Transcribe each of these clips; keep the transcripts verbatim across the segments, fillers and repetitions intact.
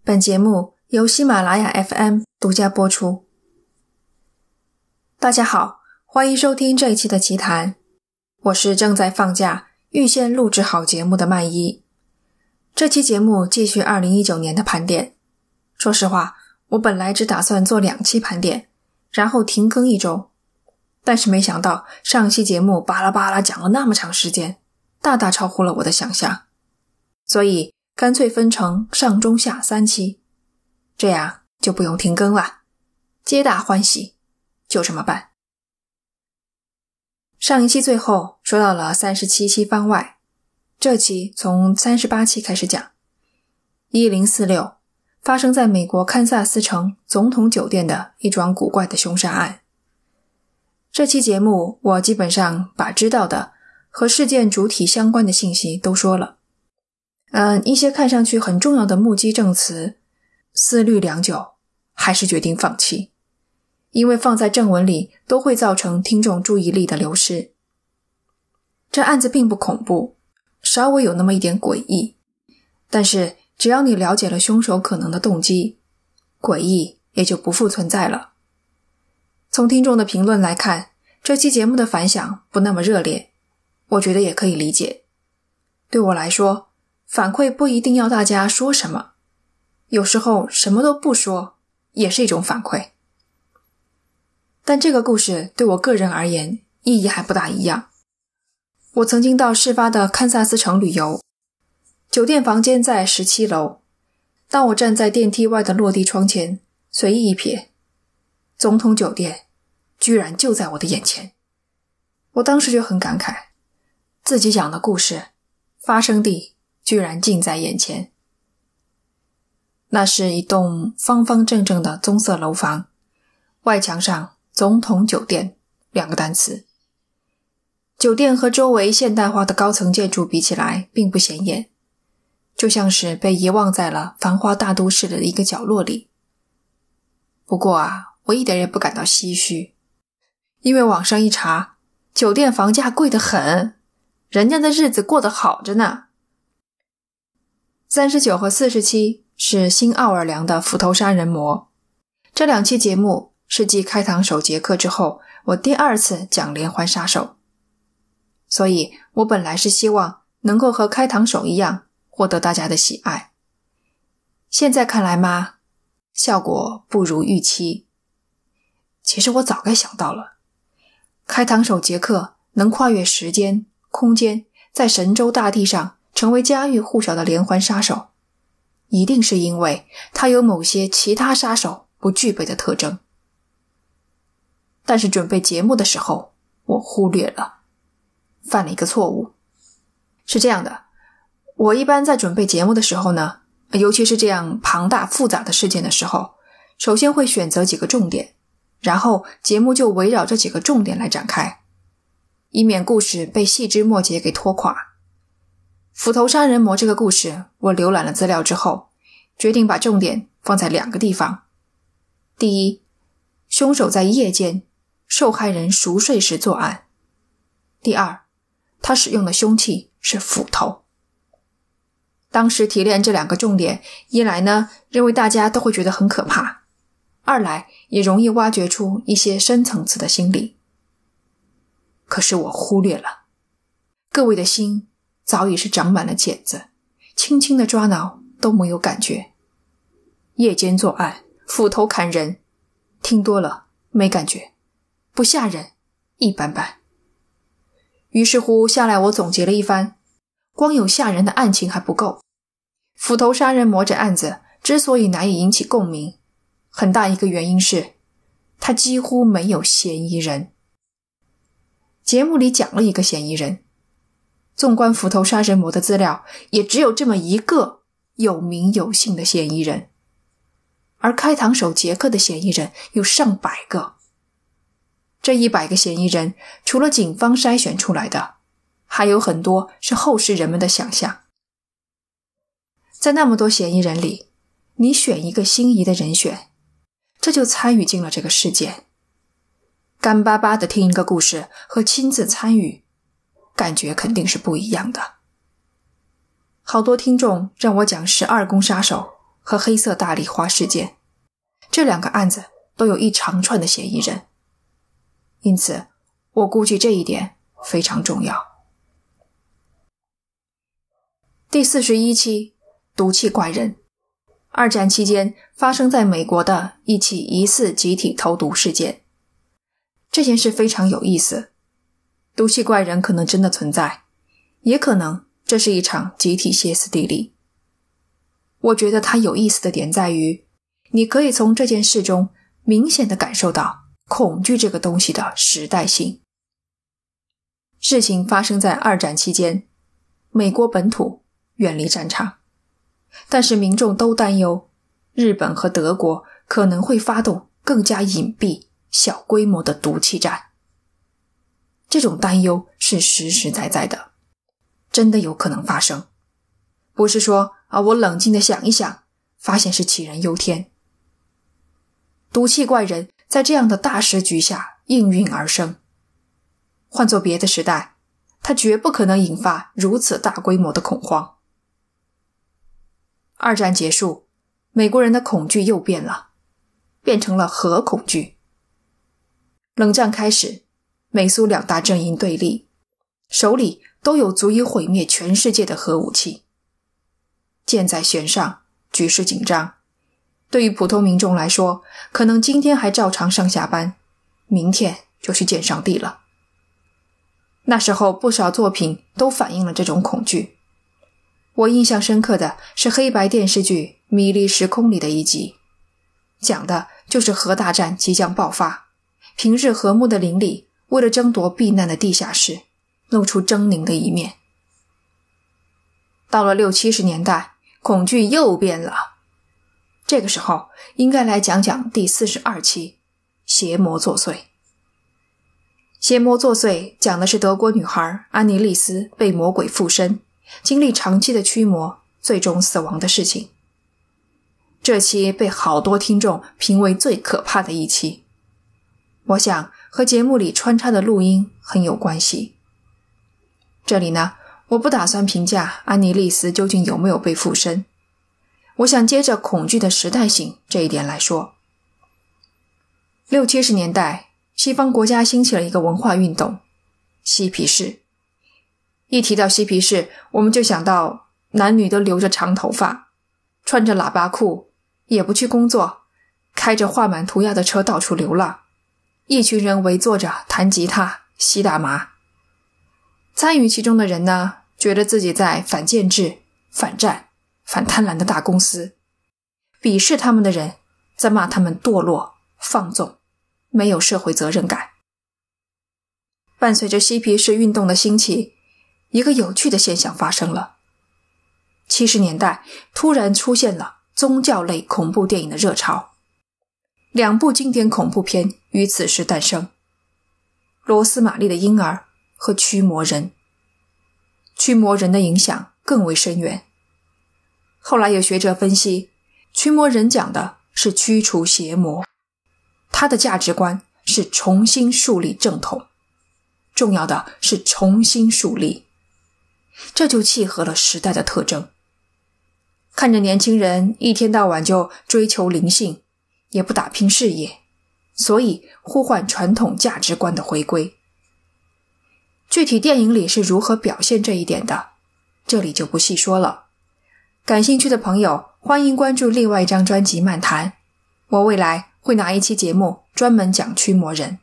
本节目由喜马拉雅 F M 独家播出。大家好，欢迎收听这一期的奇谈，我是正在放假预先录制好节目的麦一。这期节目继续二零一九年的盘点。说实话，我本来只打算做两期盘点，然后停更一周，但是没想到上期节目巴拉巴拉讲了那么长时间，大大超乎了我的想象，所以干脆分成上中下三期，这样就不用停更了，皆大欢喜，就这么办。上一期最后说到了三十七期番外，这期从三十八期开始讲。一零四六发生在美国堪萨斯城总统酒店的一桩古怪的凶杀案。这期节目我基本上把知道的和事件主体相关的信息都说了。嗯，一些看上去很重要的目击证词，思虑良久，还是决定放弃，因为放在正文里都会造成听众注意力的流失。这案子并不恐怖，稍微有那么一点诡异，但是只要你了解了凶手可能的动机，诡异也就不复存在了。从听众的评论来看，这期节目的反响不那么热烈，我觉得也可以理解。对我来说，反馈不一定要大家说什么，有时候什么都不说也是一种反馈。但这个故事对我个人而言意义还不大一样。我曾经到事发的堪萨斯城旅游，酒店房间在十七楼，当我站在电梯外的落地窗前，随意一瞥，总统酒店居然就在我的眼前。我当时就很感慨，自己讲的故事发生地居然近在眼前。那是一栋方方正正的棕色楼房，外墙上总统酒店两个单词。酒店和周围现代化的高层建筑比起来并不显眼，就像是被遗忘在了繁华大都市的一个角落里。不过啊，我一点也不感到唏嘘，因为网上一查，酒店房价贵得很，人家的日子过得好着呢。三十九和四十期是新奥尔良的斧头杀人魔。这两期节目是继开膛手杰克之后，我第二次讲连环杀手。所以我本来是希望能够和开膛手一样获得大家的喜爱。现在看来嘛，效果不如预期。其实我早该想到了，开膛手杰克能跨越时间、空间，在神州大地上成为家喻户晓的连环杀手，一定是因为他有某些其他杀手不具备的特征。但是准备节目的时候，我忽略了，犯了一个错误。是这样的，我一般在准备节目的时候呢，尤其是这样庞大复杂的事件的时候，首先会选择几个重点，然后节目就围绕这几个重点来展开，以免故事被细枝末节给拖垮。斧头杀人魔这个故事，我浏览了资料之后，决定把重点放在两个地方。第一，凶手在夜间，受害人熟睡时作案。第二，他使用的凶器是斧头。当时提炼这两个重点，一来呢，认为大家都会觉得很可怕，二来也容易挖掘出一些深层次的心理。可是我忽略了，各位的心早已是长满了茧子，轻轻的抓挠都没有感觉。夜间作案，斧头砍人，听多了没感觉，不吓人，一般般。于是乎下来我总结了一番，光有吓人的案情还不够。斧头杀人魔这案子之所以难以引起共鸣，很大一个原因是他几乎没有嫌疑人。节目里讲了一个嫌疑人，纵观斧头杀人魔的资料，也只有这么一个有名有姓的嫌疑人，而开膛手杰克的嫌疑人有上百个。这一百个嫌疑人，除了警方筛选出来的，还有很多是后世人们的想象。在那么多嫌疑人里，你选一个心仪的人选，这就参与进了这个事件。干巴巴的听一个故事和亲自参与，感觉肯定是不一样的。好多听众让我讲十二宫杀手和黑色大丽花事件，这两个案子都有一长串的嫌疑人，因此我估计这一点非常重要。第四十一期，毒气怪人。二战期间发生在美国的一起疑似集体投毒事件。这件事非常有意思，毒气怪人可能真的存在，也可能这是一场集体歇斯底里。我觉得它有意思的点在于，你可以从这件事中明显地感受到恐惧这个东西的时代性。事情发生在二战期间，美国本土远离战场，但是民众都担忧日本和德国可能会发动更加隐蔽、小规模的毒气战。这种担忧是实实在在的，真的有可能发生。不是说啊，我冷静地想一想，发现是杞人忧天。毒气怪人在这样的大时局下应运而生。换作别的时代，它绝不可能引发如此大规模的恐慌。二战结束，美国人的恐惧又变了，变成了核恐惧。冷战开始，美苏两大阵营对立，手里都有足以毁灭全世界的核武器。箭在弦上，局势紧张。对于普通民众来说，可能今天还照常上下班，明天就去见上帝了。那时候不少作品都反映了这种恐惧。我印象深刻的是黑白电视剧《迷离时空》里的一集，讲的就是核大战即将爆发，平日和睦的邻里为了争夺避难的地下室，露出狰狞的一面。到了六七十年代，恐惧又变了。这个时候应该来讲讲第四十二期，邪魔作祟。邪魔作祟讲的是德国女孩安妮丽丝被魔鬼附身，经历长期的驱魔，最终死亡的事情。这期被好多听众评为最可怕的一期，我想和节目里穿插的录音很有关系。这里呢，我不打算评价安妮丽丝究竟有没有被附身，我想接着恐惧的时代性这一点来说。六七十年代，西方国家兴起了一个文化运动，嬉皮士。一提到嬉皮士，我们就想到男女都留着长头发，穿着喇叭裤，也不去工作，开着画满涂鸦的车到处流浪，一群人围坐着弹吉他、吸大麻。参与其中的人呢，觉得自己在反建制、反战、反贪婪的大公司，鄙视他们的人在骂他们堕落、放纵，没有社会责任感。伴随着嬉皮士运动的兴起，一个有趣的现象发生了。七十年代突然出现了宗教类恐怖电影的热潮，两部经典恐怖片于此时诞生，罗斯玛丽的婴儿和驱魔人。驱魔人的影响更为深远。后来有学者分析，驱魔人讲的是驱除邪魔，他的价值观是重新树立正统，重要的是重新树立，这就契合了时代的特征。看着年轻人一天到晚就追求灵性，也不打拼事业，所以呼唤传统价值观的回归。具体电影里是如何表现这一点的，这里就不细说了。感兴趣的朋友欢迎关注另外一张专辑漫谈，我未来会拿一期节目专门讲驱魔人。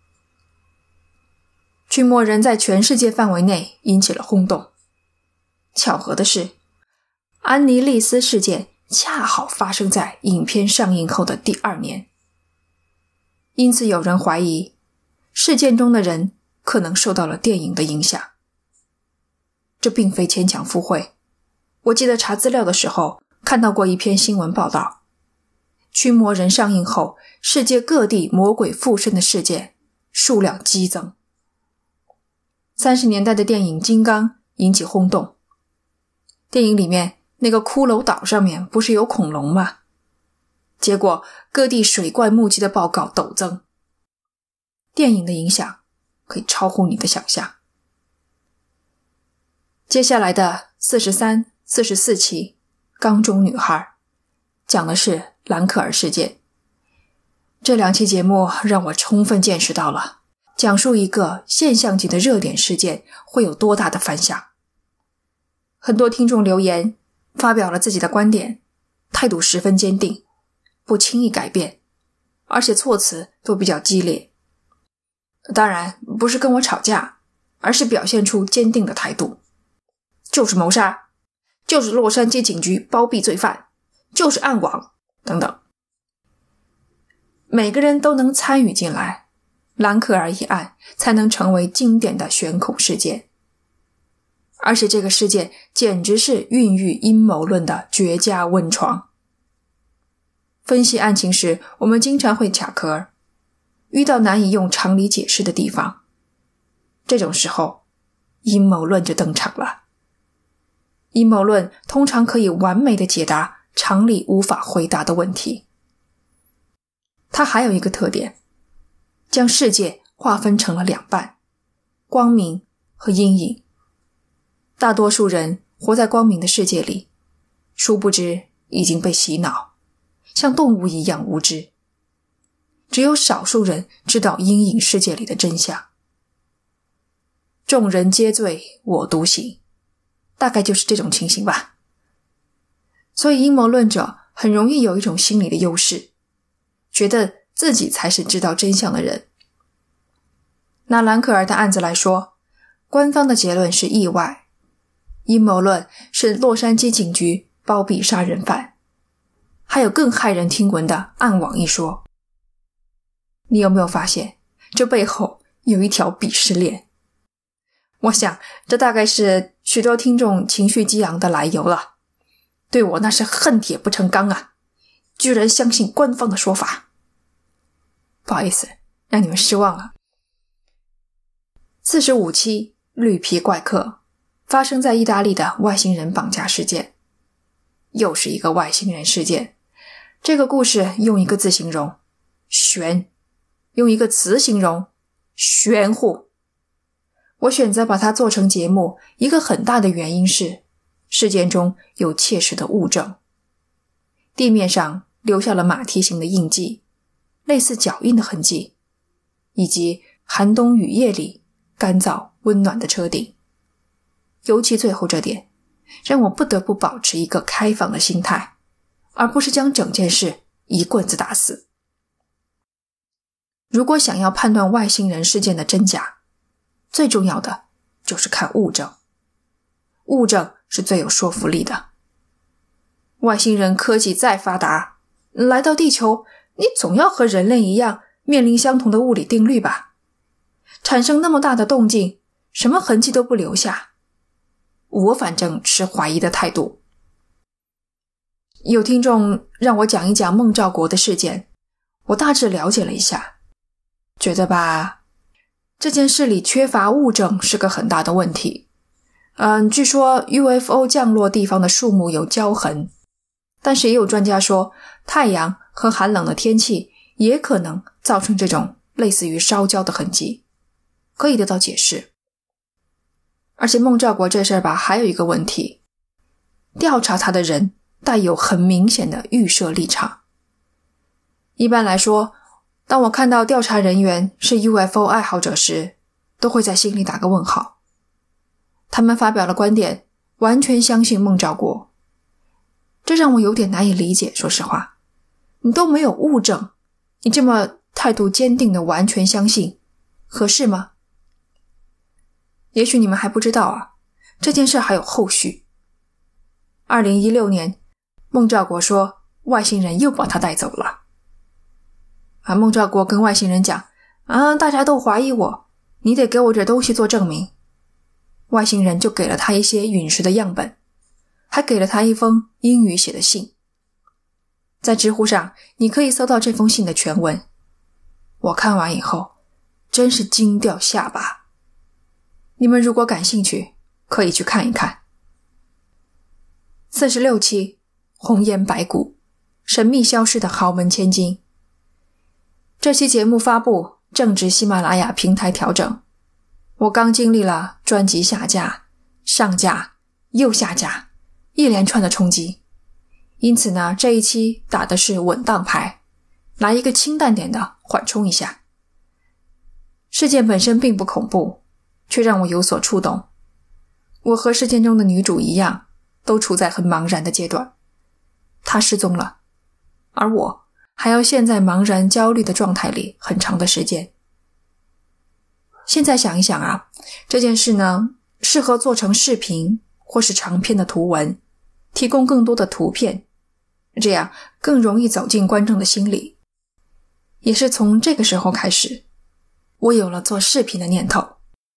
驱魔人在全世界范围内引起了轰动。巧合的是，安妮丽丝事件恰好发生在影片上映后的第二年，因此有人怀疑事件中的人可能受到了电影的影响。这并非牵强附会，我记得查资料的时候看到过一篇新闻报道，驱魔人上映后，世界各地魔鬼附身的事件数量激增。三十年代的电影《金刚》引起轰动，电影里面那个骷髅岛上面不是有恐龙吗？结果各地水怪目击的报告陡增。电影的影响可以超乎你的想象。接下来的四十三、四十四期，缸中女孩， 讲的是兰克尔事件。这两期节目让我充分见识到了讲述一个现象级的热点事件会有多大的反响。很多听众留言发表了自己的观点，态度十分坚定，不轻易改变，而且措辞都比较激烈。当然不是跟我吵架，而是表现出坚定的态度，就是谋杀，就是洛杉矶警局包庇罪犯，就是暗网等等。每个人都能参与进来，兰克尔一案才能成为经典的悬恐事件。而且这个事件简直是孕育阴谋论的绝佳温床。分析案情时，我们经常会卡壳，遇到难以用常理解释的地方，这种时候阴谋论就登场了。阴谋论通常可以完美地解答常理无法回答的问题。它还有一个特点，将世界划分成了两半，光明和阴影。大多数人活在光明的世界里，殊不知已经被洗脑，像动物一样无知。只有少数人知道阴影世界里的真相。众人皆醉我独醒，大概就是这种情形吧。所以阴谋论者很容易有一种心理的优势，觉得自己才是知道真相的人。拿兰克尔的案子来说，官方的结论是意外，阴谋论是洛杉矶警局包庇杀人犯，还有更骇人听闻的暗网一说。你有没有发现，这背后有一条鄙视链？我想这大概是许多听众情绪激昂的来由了，对我那是恨铁不成钢啊，居然相信官方的说法。不好意思，让你们失望了。四十五期绿皮怪客发生在意大利的外星人绑架事件，又是一个外星人事件。这个故事用一个字形容，悬；用一个词形容，玄乎。我选择把它做成节目，一个很大的原因是事件中有切实的物证，地面上留下了马蹄形的印记，类似脚印的痕迹，以及寒冬雨夜里干燥温暖的车顶。尤其最后这点，让我不得不保持一个开放的心态，而不是将整件事一棍子打死。如果想要判断外星人事件的真假，最重要的就是看物证，物证是最有说服力的。外星人科技再发达，来到地球，你总要和人类一样面临相同的物理定律吧？产生那么大的动静，什么痕迹都不留下，我反正持怀疑的态度。有听众让我讲一讲孟兆国的事件，我大致了解了一下，觉得吧，这件事里缺乏物证是个很大的问题。嗯，据说 U F O 降落地方的树木有焦痕，但是也有专家说，太阳和寒冷的天气也可能造成这种类似于烧焦的痕迹，可以得到解释。而且孟兆国这事儿吧，还有一个问题，调查他的人带有很明显的预设立场。一般来说，当我看到调查人员是 U F O 爱好者时，都会在心里打个问号。他们发表了观点，完全相信孟兆国，这让我有点难以理解。说实话，你都没有物证，你这么态度坚定的完全相信，合适吗？也许你们还不知道啊，这件事还有后续。二零一六年，孟兆国说外星人又把他带走了。啊，孟兆国跟外星人讲，啊，大家都怀疑我，你得给我点东西做证明。外星人就给了他一些陨石的样本，还给了他一封英语写的信。在知乎上你可以搜到这封信的全文，我看完以后真是惊掉下巴。你们如果感兴趣，可以去看一看。四十六期红颜白骨，神秘消失的豪门千金。这期节目发布正值喜马拉雅平台调整，我刚经历了专辑下架、上架、又下架，一连串的冲击， 因此呢，这一期打的是稳当牌，来一个清淡点的缓冲一下。事件本身并不恐怖，却让我有所触动。我和事件中的女主一样，都处在很茫然的阶段。她失踪了，而我还要陷在茫然焦虑的状态里很长的时间。现在想一想啊，这件事呢，适合做成视频或是长篇的图文，提供更多的图片，这样更容易走进观众的心里。也是从这个时候开始，我有了做视频的念头。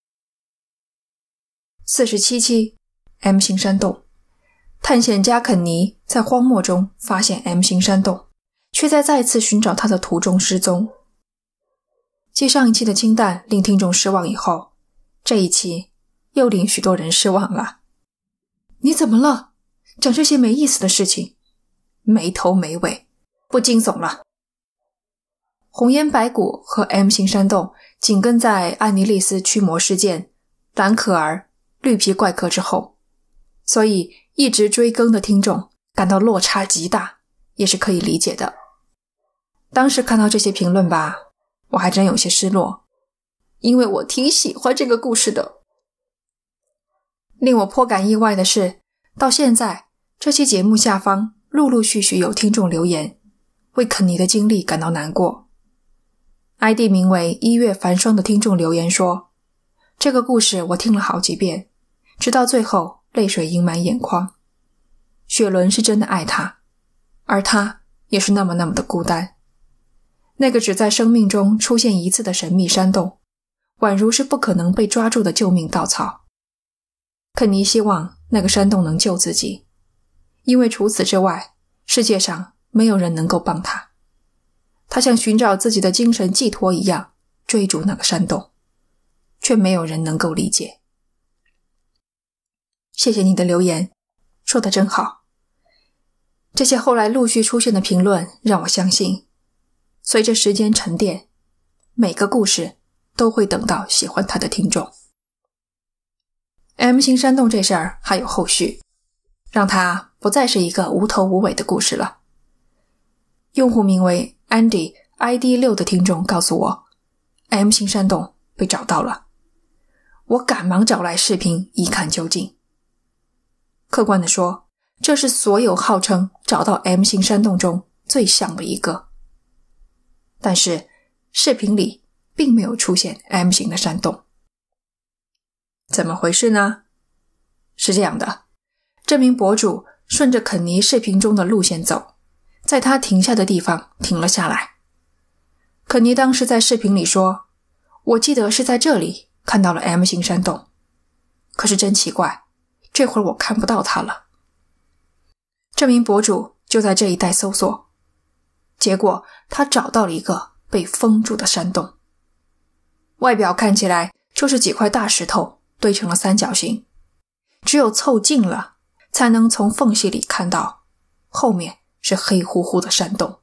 四十七期 M 型山洞，探险家肯尼在荒漠中发现 M 型山洞，却在再次寻找它的途中失踪。继上一期的清淡令听众失望以后，这一期又令许多人失望了。你怎么了？讲这些没意思的事情，没头没尾，不惊悚了。红烟白骨和 M 型山洞紧跟在安妮丽丝驱魔事件、蓝可儿、绿皮怪客之后，所以一直追更的听众感到落差极大，也是可以理解的。当时看到这些评论吧，我还真有些失落，因为我挺喜欢这个故事的。令我颇感意外的是，到现在这期节目下方陆陆续续有听众留言，为肯尼的经历感到难过。I D 名为一月繁霜的听众留言说，这个故事我听了好几遍，直到最后泪水盈满眼眶。雪伦是真的爱他，而他也是那么那么的孤单。那个只在生命中出现一次的神秘山洞，宛如是不可能被抓住的救命稻草。肯尼希望那个山洞能救自己，因为除此之外，世界上没有人能够帮他。他像寻找自己的精神寄托一样追逐那个山洞，却没有人能够理解。谢谢你的留言，说得真好。这些后来陆续出现的评论让我相信，随着时间沉淀，每个故事都会等到喜欢它的听众。M 型山洞这事儿还有后续，让它不再是一个无头无尾的故事了。用户名为 Andy I D 六 的听众告诉我 M 型山洞被找到了，我赶忙找来视频一看究竟。客观地说，这是所有号称找到 M 型山洞中最像的一个。但是视频里并没有出现 M 型的山洞。怎么回事呢？是这样的，这名博主顺着肯尼视频中的路线走，在他停下的地方停了下来。肯尼当时在视频里说，我记得是在这里看到了 M 型山洞，可是真奇怪，这会儿我看不到他了。这名博主就在这一带搜索，结果他找到了一个被封住的山洞，外表看起来就是几块大石头堆成了三角形，只有凑近了才能从缝隙里看到后面是黑乎乎的山洞。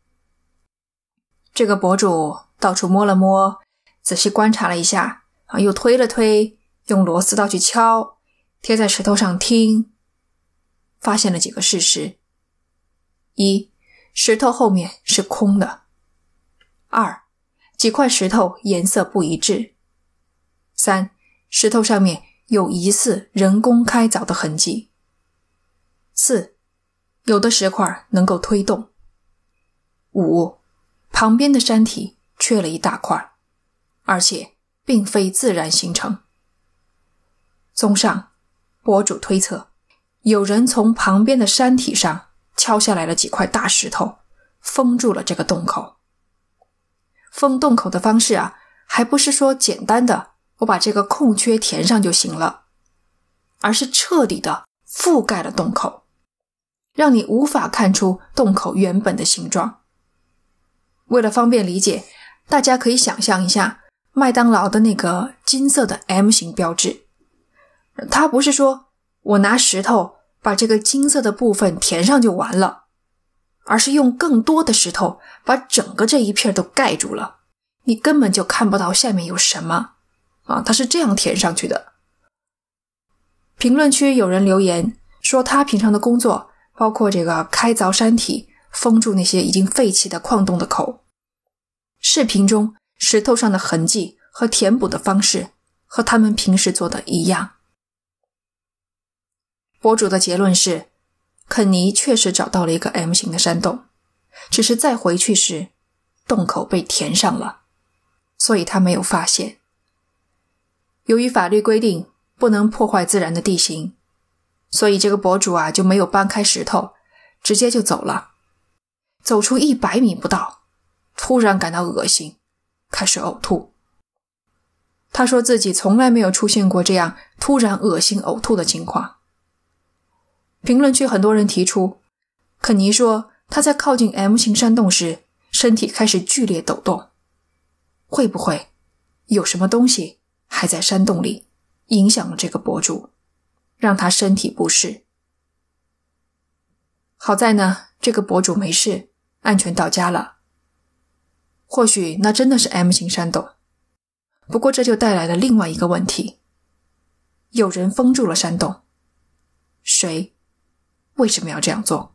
这个博主到处摸了摸，仔细观察了一下，又推了推，用螺丝刀去敲，贴在石头上听，发现了几个事实：一，石头后面是空的；二，几块石头颜色不一致；三，石头上面有疑似人工开凿的痕迹；四，有的石块能够推动；五，旁边的山体缺了一大块，而且并非自然形成。综上，博主推测，有人从旁边的山体上敲下来了几块大石头，封住了这个洞口。封洞口的方式啊，还不是说简单的我把这个空缺填上就行了，而是彻底的覆盖了洞口，让你无法看出洞口原本的形状。为了方便理解，大家可以想象一下麦当劳的那个金色的 M 型标志，它不是说我拿石头把这个金色的部分填上就完了，而是用更多的石头把整个这一片都盖住了，你根本就看不到下面有什么啊，它是这样填上去的。评论区有人留言说他平常的工作包括这个开凿山体，封住那些已经废弃的矿洞的口。视频中石头上的痕迹和填补的方式和他们平时做的一样。博主的结论是，肯尼确实找到了一个 M 型的山洞，只是再回去时洞口被填上了，所以他没有发现。由于法律规定不能破坏自然的地形，所以这个博主啊就没有搬开石头，直接就走了。走出一百米不到，突然感到恶心，开始呕吐。他说自己从来没有出现过这样突然恶心呕吐的情况。评论区很多人提出，肯尼说他在靠近 M 型山洞时，身体开始剧烈抖动。会不会有什么东西还在山洞里影响了这个博主，让他身体不适？好在呢，这个博主没事，安全到家了。或许那真的是 M 型山洞，不过这就带来了另外一个问题，有人封住了山洞，谁为什么要这样做？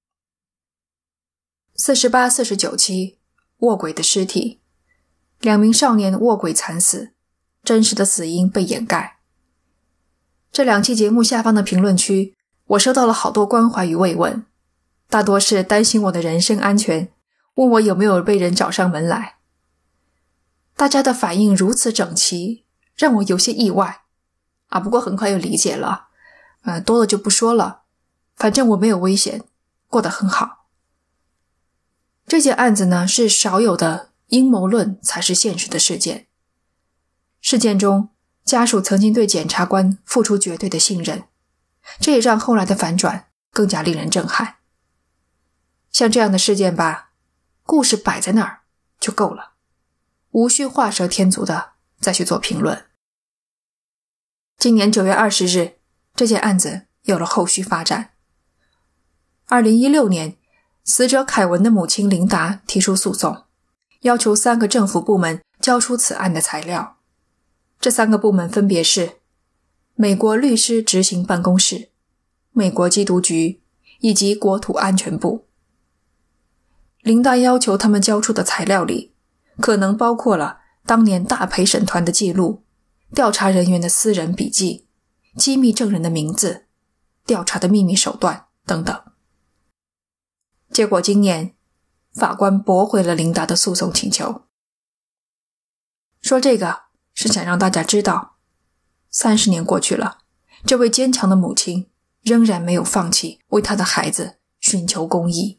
四十八、四十九期卧轨的尸体，两名少年卧轨惨死，真实的死因被掩盖。这两期节目下方的评论区，我收到了好多关怀与慰问，大多是担心我的人身安全，问我有没有被人找上门来。大家的反应如此整齐，让我有些意外啊，不过很快又理解了，呃，多了就不说了，反正我没有危险，过得很好。这件案子呢，是少有的阴谋论才是现实的事件。事件中，家属曾经对检察官付出绝对的信任，这也让后来的反转更加令人震撼。像这样的事件吧，故事摆在那儿就够了，无需画蛇添足的再去做评论。今年九月二十日，这件案子有了后续发展。二零一六年，死者凯文的母亲琳达提出诉讼，要求三个政府部门交出此案的材料。这三个部门分别是美国律师执行办公室、美国缉毒局以及国土安全部。琳达要求他们交出的材料里，可能包括了当年大陪审团的记录、调查人员的私人笔记、机密证人的名字、调查的秘密手段等等。结果今年，法官驳回了琳达的诉讼请求。说这个是想让大家知道，三十年过去了，这位坚强的母亲仍然没有放弃为她的孩子寻求公义。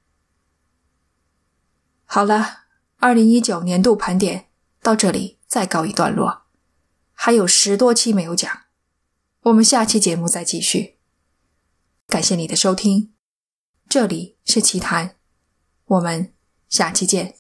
好了，二零一九年度盘点到这里再告一段落，还有十多期没有讲，我们下期节目再继续。感谢你的收听，这里是奇谈，我们下期见。